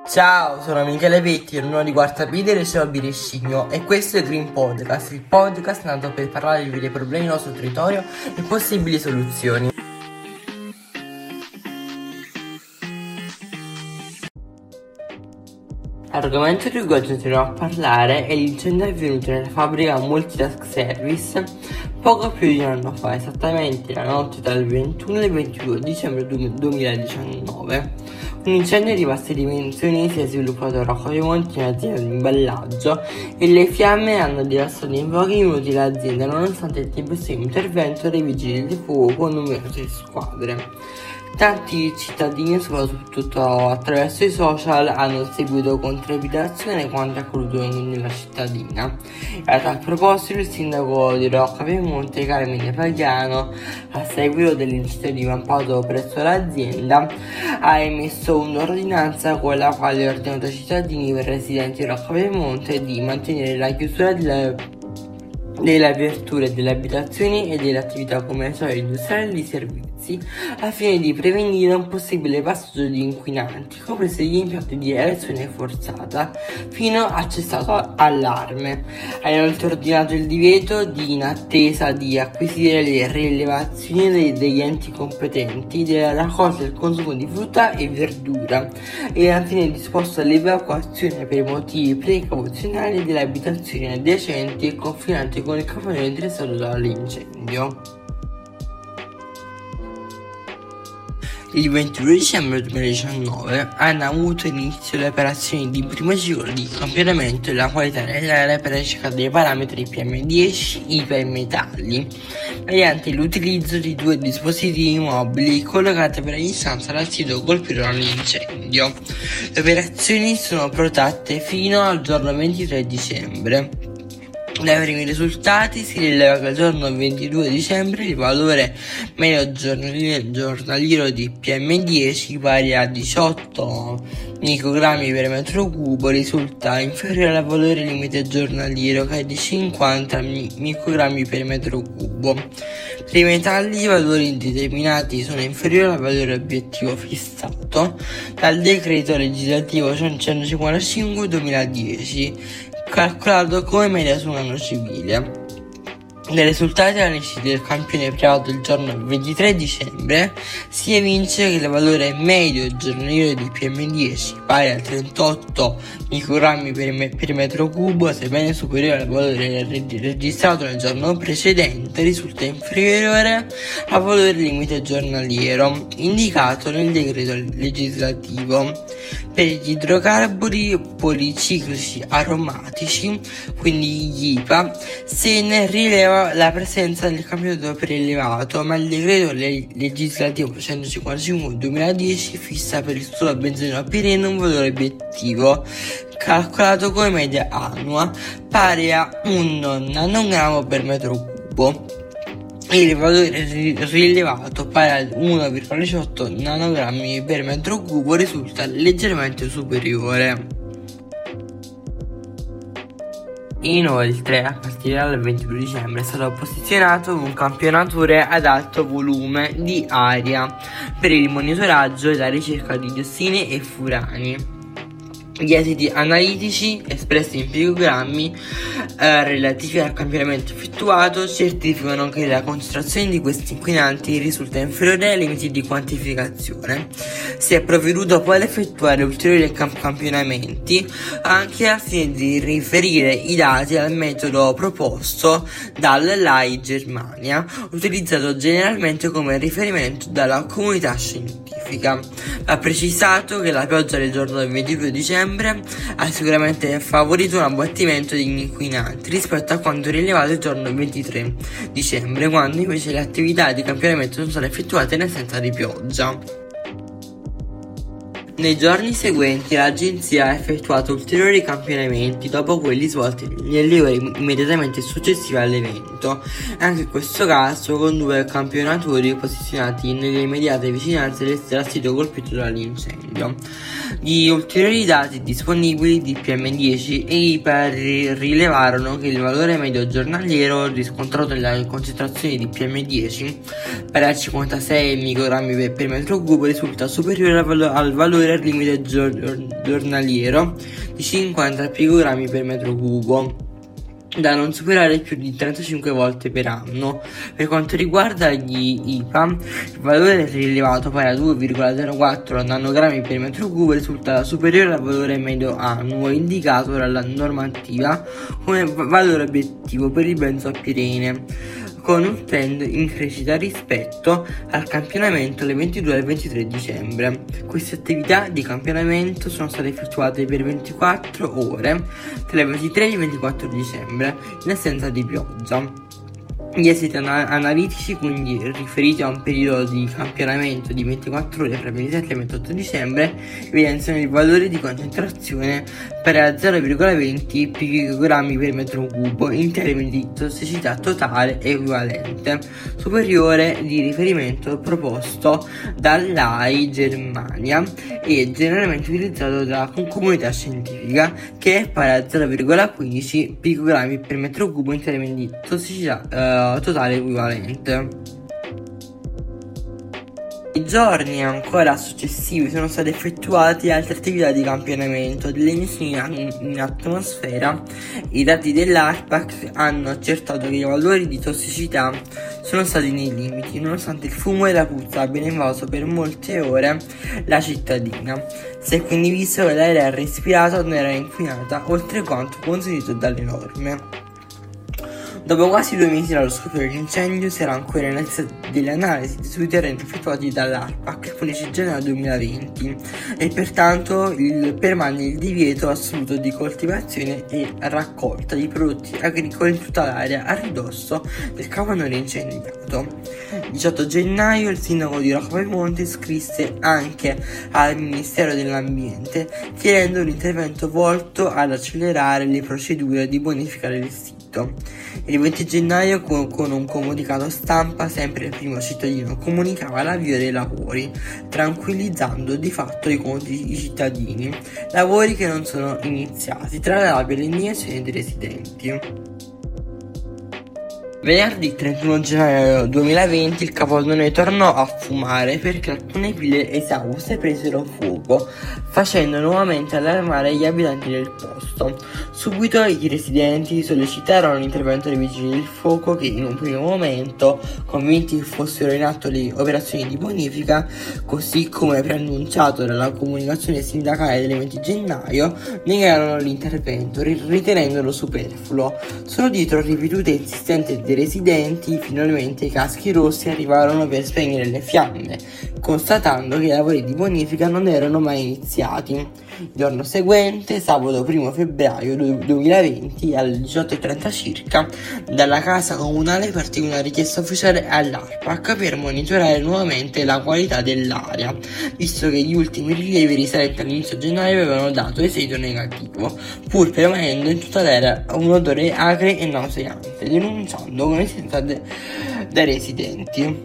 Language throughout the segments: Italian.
Ciao, sono Michele Vetti, uno di Guardapiede e sono Birescigno e questo è Green Podcast, il podcast nato per parlarvi dei problemi del nostro territorio e possibili soluzioni. L'argomento di cui oggi andremo a parlare è l'incendio avvenuto nella fabbrica Multitask Service poco più di un anno fa, esattamente la notte dal 21 al 22 dicembre 2019. Un incendio di vaste dimensioni si è sviluppato a Roccamonte, in azienda di imballaggio, e le fiamme hanno devastato in pochi minuti l'azienda nonostante il tempestivo intervento dei vigili del fuoco con numerose squadre. Tanti cittadini, soprattutto attraverso i social, hanno seguito con trepidazione quanto accaduto nella cittadina. A tal proposito, il sindaco di Roccamonte, Carmine Pagliano, a seguito dell'incendio divampato presso l'azienda, ha emesso un'ordinanza con la quale ha ordinato ai cittadini e residenti di Roccamonte di mantenere la chiusura delle aperture delle abitazioni e delle attività commerciali, industriali e di servizi al fine di prevenire un possibile passaggio di inquinanti, compresi gli impianti di aerazione forzata, fino al cessato allarme. Ha inoltre ordinato il divieto in attesa di acquisire le rilevazioni degli enti competenti della raccolta e del consumo di frutta e verdura e ha infine disposto l'evacuazione per motivi precauzionali delle abitazioni adiacenti e confinanti con il capannone interessato dall'incendio. Il 22 dicembre 2019 hanno avuto inizio le operazioni di primo ciclo di campionamento della qualità dell'aria per la ricerca dei parametri PM10 ipermetalli mediante l'utilizzo di due dispositivi mobili collocati per distanza dal sito colpito dall'incendio. Le operazioni sono protratte fino al giorno 23 dicembre. Dai primi risultati si rileva che il giorno 22 dicembre il valore medio giornaliero di PM10 pari a 18 microgrammi per metro cubo risulta inferiore al valore limite giornaliero che è di 50 microgrammi per metro cubo. Per i metalli i valori determinati sono inferiori al valore obiettivo fissato dal decreto legislativo 155/2010 calcolato come media su un anno civile. Dai risultati analisi del campione privato il giorno 23 dicembre si evince che il valore medio giornaliero di PM10 pari a 38 microgrammi per metro cubo, sebbene superiore al valore registrato nel giorno precedente, risulta inferiore al valore limite giornaliero indicato nel decreto legislativo. Per gli idrocarburi policiclici aromatici, quindi gli IPA, se ne rileva la presenza del campionato prelevato, ma il decreto legislativo 155/2010 fissa per il solo benzene a pirene un valore obiettivo calcolato come media annua pari a 1 nanogrammo per metro cubo. Il valore rilevato pari a 1,18 nanogrammi per metro cubo risulta leggermente superiore. Inoltre, a partire dal 22 dicembre è stato posizionato un campionatore ad alto volume di aria per il monitoraggio e la ricerca di diossine e furani. Gli esiti analitici espressi in picogrammi relativi al campionamento effettuato certificano che la concentrazione di questi inquinanti risulta inferiore ai limiti di quantificazione. Si è provveduto poi ad effettuare ulteriori campionamenti anche al fine di riferire i dati al metodo proposto dall'LAI Germania, utilizzato generalmente come riferimento dalla comunità scientifica. Va precisato che la pioggia del giorno del 22 dicembre ha sicuramente favorito un abbattimento degli inquinanti rispetto a quanto rilevato il giorno 23 dicembre, quando invece le attività di campionamento sono state effettuate in assenza di pioggia. Nei giorni seguenti l'agenzia ha effettuato ulteriori campionamenti dopo quelli svolti nelle ore immediatamente successive all'evento, anche in questo caso con due campionatori posizionati nelle immediate vicinanze del sito colpito dall'incendio. Gli ulteriori dati disponibili di PM10 e IPA rilevarono che il valore medio giornaliero riscontrato nella concentrazione di PM10 pari a 56 microgrammi per metro cubo risulta superiore al valore supera il limite giornaliero di 50 picogrammi per metro cubo, da non superare più di 35 volte per anno. Per quanto riguarda gli IPA, il valore rilevato pari a 2,04 nanogrammi per metro cubo risulta superiore al valore medio annuo indicato dalla normativa come valore obiettivo per il benzoapirene, con un trend in crescita rispetto al campionamento del 22 al 23 dicembre. Queste attività di campionamento sono state effettuate per 24 ore tra il 23 e il 24 dicembre in assenza di pioggia. Gli esiti analitici, quindi riferiti a un periodo di campionamento di 24 ore tra il 27 e il 28 dicembre, evidenziano il valore di concentrazione pari a 0,20 picogrammi per metro cubo in termini di tossicità totale equivalente, superiore di riferimento proposto dall'AI Germania e generalmente utilizzato dalla comunità scientifica, che è pari a 0,15 picogrammi per metro cubo in termini di tossicità totale equivalente. I giorni ancora successivi sono state effettuate altre attività di campionamento delle emissioni in atmosfera. I dati dell'ARPAC hanno accertato che i valori di tossicità sono stati nei limiti, nonostante il fumo e la puzza abbiano invaso per molte ore la cittadina. Si è quindi visto che l'aria respirata non era inquinata oltre quanto consentito dalle norme. Dopo quasi 2 mesi dallo scoppio dell'incendio si era ancora in attesa delle analisi sui terreni effettuati dall'ARPAC il 15 gennaio 2020 e pertanto permane il divieto assoluto di coltivazione e raccolta di prodotti agricoli in tutta l'area a ridosso del capannone incendiato. Il 18 gennaio il sindaco di Roccapemonte scrisse anche al Ministero dell'Ambiente chiedendo un intervento volto ad accelerare le procedure di bonifica del sito. Il 20 gennaio con un comunicato stampa sempre il primo cittadino comunicava l'avvio dei lavori, tranquillizzando di fatto i conti di cittadini, lavori che non sono iniziati tra la rabbia e l'indignazione dei residenti. Venerdì 31 gennaio 2020 il capannone tornò a fumare perché alcune pile esauste presero fuoco, facendo nuovamente allarmare gli abitanti del posto. Subito i residenti sollecitarono l'intervento dei vigili del fuoco che in un primo momento, convinti che fossero in atto le operazioni di bonifica, così come preannunciato dalla comunicazione sindacale del 20 gennaio, negarono l'intervento ritenendolo superfluo. Solo dietro ripetute insistenze dei residenti, finalmente i caschi rossi arrivarono per spegnere le fiamme, constatando che i lavori di bonifica non erano mai iniziati. Il giorno seguente, sabato 1 febbraio 2020, alle 18:30 circa, dalla casa comunale partì una richiesta ufficiale all'ARPAC per monitorare nuovamente la qualità dell'aria, visto che gli ultimi rilievi risalenti all'inizio gennaio avevano dato esito negativo, pur permanendo in tutta l'area un odore acre e nauseante, denunciando conoscenza dai residenti.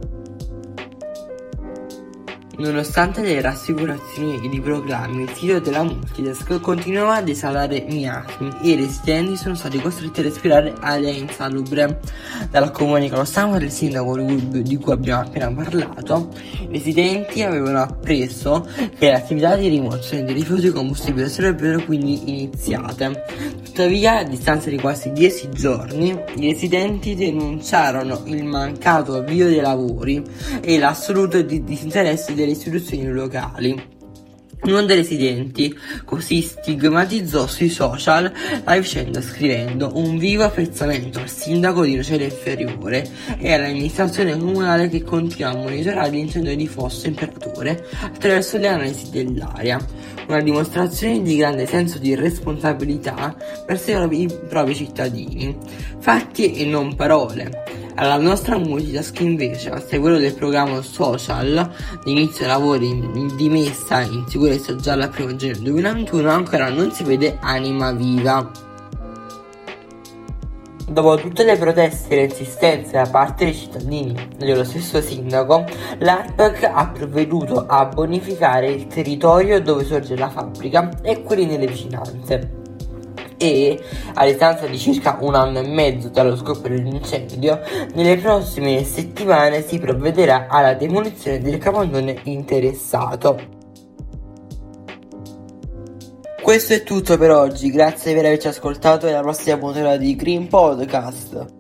Nonostante le rassicurazioni ed i proclami, il sito della Multidesk continuava ad esalare miasmi e i residenti sono stati costretti a respirare aria insalubre. Dal comunicato stampa del sindaco di cui abbiamo appena parlato, i residenti avevano appreso che le attività di rimozione dei rifiuti combustibili sarebbero quindi iniziate. Tuttavia, a distanza di quasi 10 giorni, i residenti denunciarono il mancato avvio dei lavori e l'assoluto disinteresse delle istituzioni locali. Uno dei residenti così stigmatizzò sui social la vicenda scrivendo un vivo apprezzamento al sindaco di Nocera Inferiore e all'amministrazione comunale che continua a monitorare l'incendio di Fosso Imperatore attraverso le analisi dell'aria, una dimostrazione di grande senso di responsabilità verso i propri cittadini. Fatti e non parole. Alla nostra Multidesk invece, a seguito del programma social di inizio lavori di messa in sicurezza già dal 1 gennaio 2021, ancora non si vede anima viva. Dopo tutte le proteste e le insistenze da parte dei cittadini e dello stesso sindaco, l'ARPAC ha provveduto a bonificare il territorio dove sorge la fabbrica e quelli nelle vicinanze. E, a distanza di circa 1 anno e mezzo dallo scoppio dell'incendio, nelle prossime settimane si provvederà alla demolizione del capannone interessato. Questo è tutto per oggi, grazie per averci ascoltato e alla prossima puntata di Green Podcast.